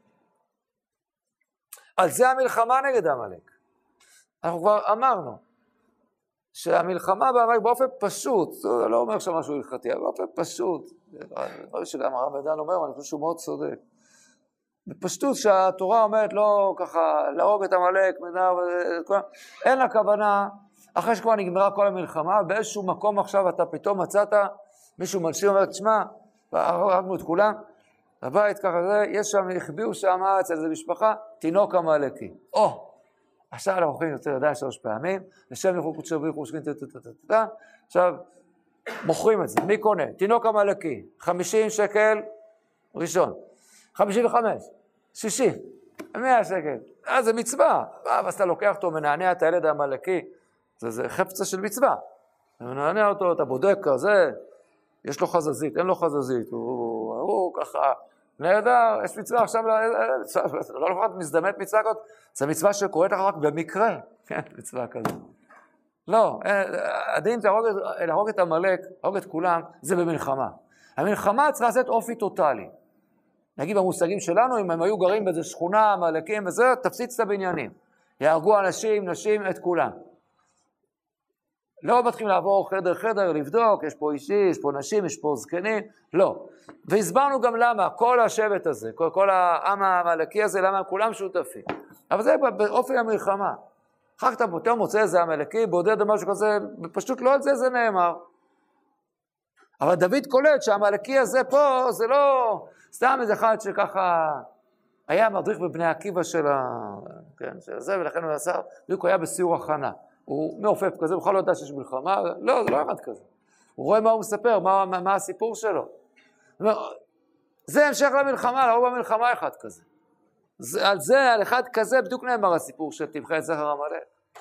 על זה המלחמה נגד עמלק. אנחנו כבר אמרנו שהמלחמה בעמלק באופן פשוט, זה לא אומר שמשהו הלכתי, אבל באופן פשוט, דברים שגם הרב עדן אומר, אני חושב שהוא מאוד צודק. בפשטות שהתורה אומרת לא ככה להרוג את עמלק, אין לה כוונה, אחרי שכבר נגמרה כל המלחמה, באיזשהו מקום עכשיו אתה פתאום מצאת, מישהו מלשין ואומר, תשמע, הרגנו את כולם, הבית ככה, יש שם, החביאו שם אצל איזה משפחה, תינוק עמלקי. עכשיו אנחנו הולכים יותר ידיים 3 פעמים, לשם יכולו קודשו בריחו שכין, עכשיו, מוכרים את זה, מי קונה? תינוק עמלקי, 50 שקל ראשון, 55, 60, 100 שקל, זה מצווה, אז אתה לוקח אותו, מנענע את הילד העמלקי, זה חפצה של מצווה, אתה מנענע אותו, אתה בודק כזה, יש לו חזזית, אין לו חזזית, הוא ככה, נהדר, יש מצווה עכשיו, לא לפחות מזדמת מצווה כזאת, זה מצווה שקורית לך רק במקרה, כן, מצווה כזאת. לא, הדין להרוג את עמלק, להרוג את כולם, זה במלחמה. המלחמה צריכה לעשות אופי טוטלי. נגיד במושגים שלנו, אם הם היו גרים באיזו שכונה, עמלקים וזה, תפציץ את הבניינים. יהרגו אנשים, נשים, את כולם. לא מתחילים לעבור חדר, לבדוק, יש פה אישי, יש פה נשים, יש פה זקנים, לא. והסברנו גם למה, כל השבט הזה, כל העם העמלקי הזה, למה כולם שותפים. אבל זה באופן המלחמה. אחר כך אתה פתאום מוצא איזה עמלקי, בודד או משהו כזה, פשוט לא על זה נאמר. אבל דוד קולט שהעמלקי הזה פה, זה לא סתם איזה אחד שככה היה מדריך בבני עקיבא של זה, ולכן הוא עשה, הוא היה בסיור הכנה. הוא מעופף כזה, הוא בכלל לא יודע שיש מלחמה, לא, זה לא אחד כזה. הוא רואה מה הוא מספר, מה הסיפור שלו. זה המשך למלחמה, לא במלחמה אחד כזה. על אחד כזה בדיוק נאמר הסיפור שתמחה את זכר עמלק.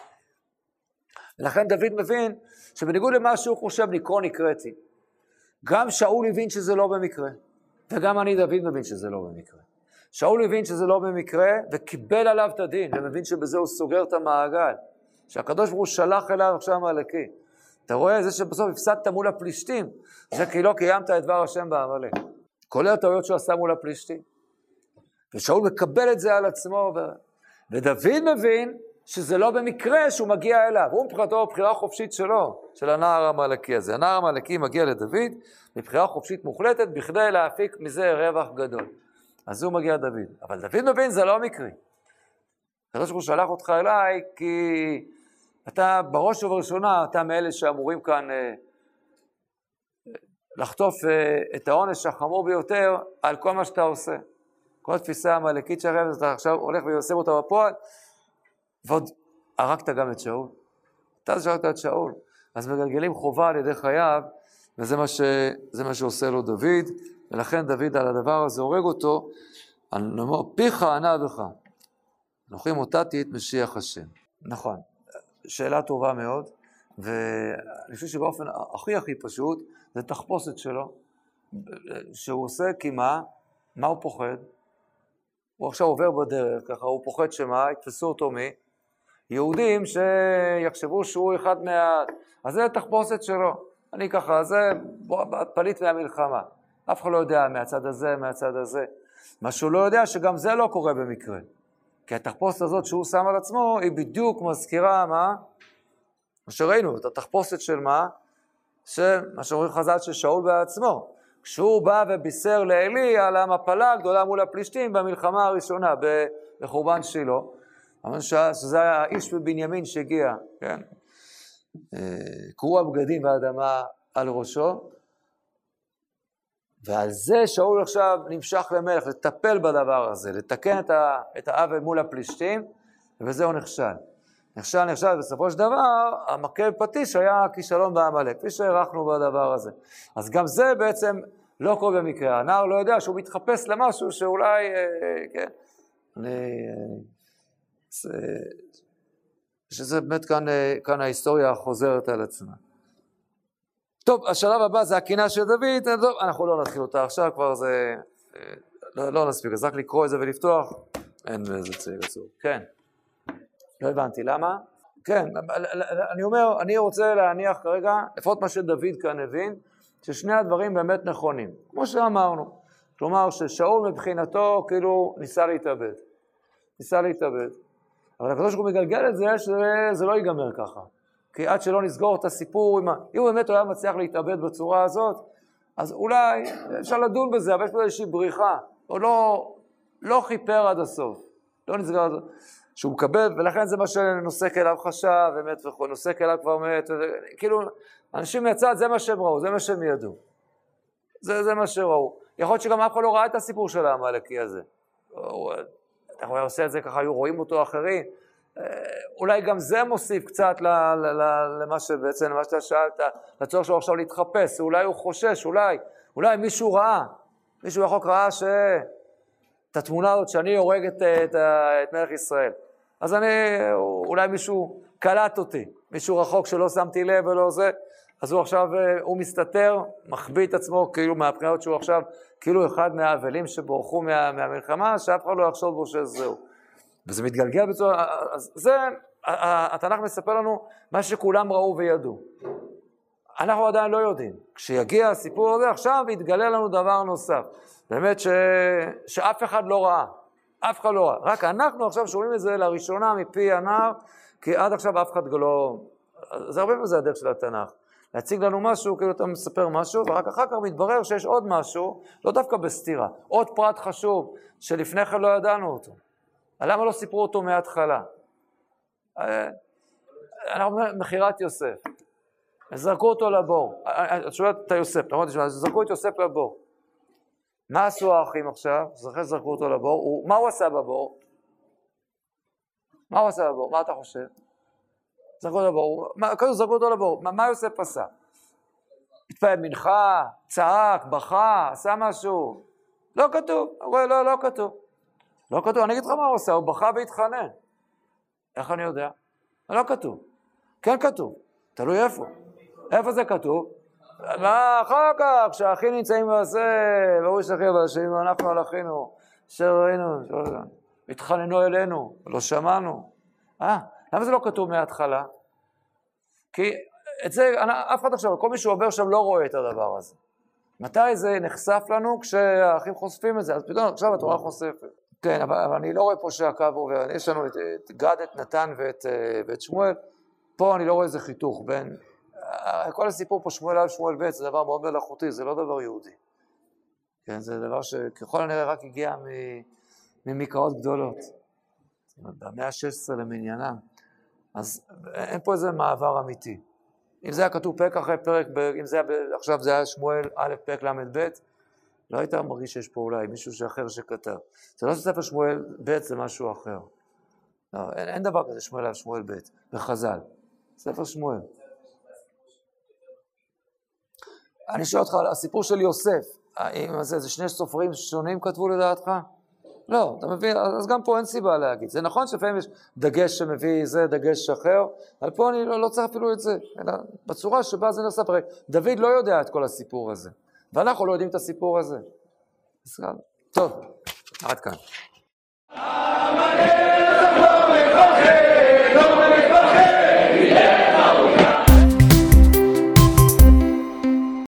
ולכן דוד מבין שבניגוד למה שהוא חושב נקרוא נקראתי, גם שאול הבין שזה לא במקרה, וגם אני דוד מבין שזה לא במקרה. שאול הבין שזה לא במקרה, וקיבל עליו את הדין, ומבין שבזה הוא סוגר את המעגל. שהקדוש ברוך הוא שלח אליו עכשיו עמלקי. אתה רואה, זה שבסוף הפסדת מול הפלישתים, זה כי לא קיימת את דבר השם בעמלק. כולל הטעויות שהוא עשה מול הפלישתים. ושאול מקבל את זה על עצמו, ודוד מבין שזה לא במקרה שהוא מגיע אליו. הוא מבחינתו בחירה חופשית שלו, של הנער העמלקי הזה. הנער העמלקי מגיע לדוד, מבחירה חופשית מוחלטת, בכדי להפיק מזה רווח גדול. אז הוא מגיע לדוד. אבל דוד מבין, זה לא מקרי. הקדוש ברוך הוא שלח אותך אליי, כי אתה בראש ובראשונה, אתה מאלה שאמורים כאן לחטוף את העונש החמור ביותר על כל מה שאתה עושה. כל התפיסה המלאקית שלכם, אתה עכשיו הולך ויוסם אותה בפועל, ועוד הרגת גם את שאול. אתה שרקת את שאול, אז מגלגלים חובה על ידי חייו, וזה מה שעושה לו דוד, ולכן דוד על הדבר הזה הורג אותו, נאמר, פיך ענה בך. אנוכי מוטטתי את משיח השם. נכון, שאלה טובה מאוד. ואני חושב שבאופן הכי פשוט, זה תחפושת שלו, שהוא עושה כי מה הוא פוחד? הוא עכשיו עובר בדרך, ככה הוא פוחד שמה, יתפסו אותו יהודים שיחשבו שהוא אחד אז זה תחפושת שלו. אני ככה, זה פליט מהמלחמה. אף אחד לא יודע מהצד הזה, מהצד הזה. מה שהוא לא יודע שגם זה לא קורה במקרה. כי התחפושת הזאת שהוא שם על עצמו, היא בדיוק מזכירה מה שראינו, את התחפושת של מה שאומרים חז"ל של שאול בעצמו. כשהוא בא ובישר לאלי על המפלה הגדולה מול הפלישתים במלחמה הראשונה, בחורבן שילה, שזה היה האיש בבנימין שהגיע, כן? קרוע בגדים באדמה על ראשו, ועל זה שאול עכשיו נמשך למלך, לטפל בדבר הזה, לתקן את העוול מול הפלישתים, ובזה הוא נכשל, ובסופו של דבר, המכה פטיש היה כישלון בעמלק, כפי שהערכנו בדבר הזה. אז גם זה בעצם לא קורה במקרה, הנער לא יודע שהוא מתחפש למשהו שאולי, כן, שזה באמת כאן ההיסטוריה חוזרת על עצמה. טוב, השלב הבא זה הקינה של דוד, טוב, אנחנו לא נתחיל אותה עכשיו, כבר זה, לא נספיק, אז רק לקרוא את זה ולפתוח, אין איזה צעיר עצור. כן, לא הבנתי, למה? כן, אני אומר, אני רוצה להניח כרגע, לפחות מה שדוד כאן הבין, ששני הדברים באמת נכונים, כמו שאמרנו, כלומר ששאול מבחינתו כאילו ניסה להתאבד, אבל הקדוש ברוך הוא מגלגל את זה שזה לא ייגמר ככה, כי עד שלא נסגור את הסיפור, אם הוא באמת היה מצליח להתאבד בצורה הזאת, אז אולי אפשר לדון בזה, אבל יש פה איזושהי בריחה, או לא חיפר עד הסוף, לא נסגר עד הסוף, שהוא מקבל, ולכן זה מה שנוסק אליו חשב, ומת וכל, נוסק אליו כבר מת, כאילו, אנשים מהצד, זה מה שהם ראו, זה מה שהם ידעו. זה מה שראו. יכול להיות שגם אף אחד לא ראה את הסיפור של העמלקי הזה. הוא עושה את זה ככה, היו רואים אותו אחרים. אולי גם זה מוסיף קצת למה שבעצם, למה שאתה שאלת, לצורך שלו עכשיו להתחפש, אולי הוא חושש, אולי מישהו ראה, מישהו בחוק ראה את התמונה הזאת שאני הורג את מלך ישראל. אז אולי מישהו קלט אותי, מישהו רחוק שלא שמתי לב ולא זה, אז הוא עכשיו, הוא מסתתר, מחביא את עצמו, כאילו מהבחינות שהוא עכשיו, כאילו אחד מהאבלים שבורחו מהמלחמה, שאף אחד לא יחשוב בו שזהו. וזה מתגלגל בצורה, אז זה, התנ"ך מספר לנו מה שכולם ראו וידעו. אנחנו עדיין לא יודעים. כשיגיע הסיפור הזה, עכשיו יתגלה לנו דבר נוסף. באמת שאף אחד לא ראה. אף אחד לא ראה. רק אנחנו עכשיו שומעים את זה לראשונה מפי הנער, כי עד עכשיו אף אחד לא... זה הרבה מזה הדרך של התנ"ך. להציג לנו משהו, כאילו אתה מספר משהו, ורק אחר כך מתברר שיש עוד משהו, לא דווקא בסתירה. עוד פרט חשוב, שלפני כן לא ידענו אותו. למה לא סיפרו אותו מההתחלה? אנחנו מכירת יוסף. זרקו אותו לבור. את שואלת את יוסף, זרקו את יוסף לבור. מה עשו האחים עכשיו? זרקו אותו לבור. מה הוא עשה בבור? מה אתה חושב? זרקו אותו לבור. זרקו אותו לבור. מה יוסף עשה? התפעל מנחה, צעק, בכה, עשה משהו. לא כתוב. לא כתוב. לא כתוב. אני אגיד לך מה הוא עשה. הוא בכה והתחנן. איך אני יודע? לא כתוב. כן כתוב. תלוי איפה. איפה זה כתוב? מה אחר כך, כשהאחים נמצאים בזה, והוא ישתחרר בשם, אנחנו על אחינו, שראינו, התחננו אלינו, לא שמענו. למה זה לא כתוב מההתחלה? כי את זה, אף אחד עכשיו, כל מי שעובר שם לא רואה את הדבר הזה. מתי זה נחשף לנו? כשהאחים חושפים את זה, אז פתאום עכשיו התורה חושפת. כן, אבל אני לא רואה פה שהקו עובר, יש לנו את גד, את נתן ואת שמואל, פה אני לא רואה איזה חיתוך בין... כל הסיפור פה שמואל א' שמואל ב' זה דבר מאוד מלאכותי, זה לא דבר יהודי. כן, זה דבר שככל הנראה רק הגיע ממקראות גדולות. במאה ה-16 למניינם. אז אין פה איזה מעבר אמיתי. אם זה היה כתוב פרק אחרי פרק, אם זה היה, עכשיו זה היה שמואל א' פרק למד ב', לא היית מרגיש שיש פה אולי מישהו אחר שכתב. זה לא ספר שמואל ב' זה משהו אחר. לא, אין דבר כזה שמואל א' שמואל ב' בחז"ל. ספר שמואל. אני שואל אותך על הסיפור של יוסף, האם זה שני סופרים שונים כתבו לדעתך? לא, אתה מבין? אז גם פה אין סיבה להגיד. זה נכון שלפעמים יש דגש שמביא זה, דגש אחר, אבל פה אני לא צריך אפילו את זה, אלא בצורה שבה זה נספר. דוד לא יודע את כל הסיפור הזה, ואנחנו לא יודעים את הסיפור הזה. טוב, עד כאן.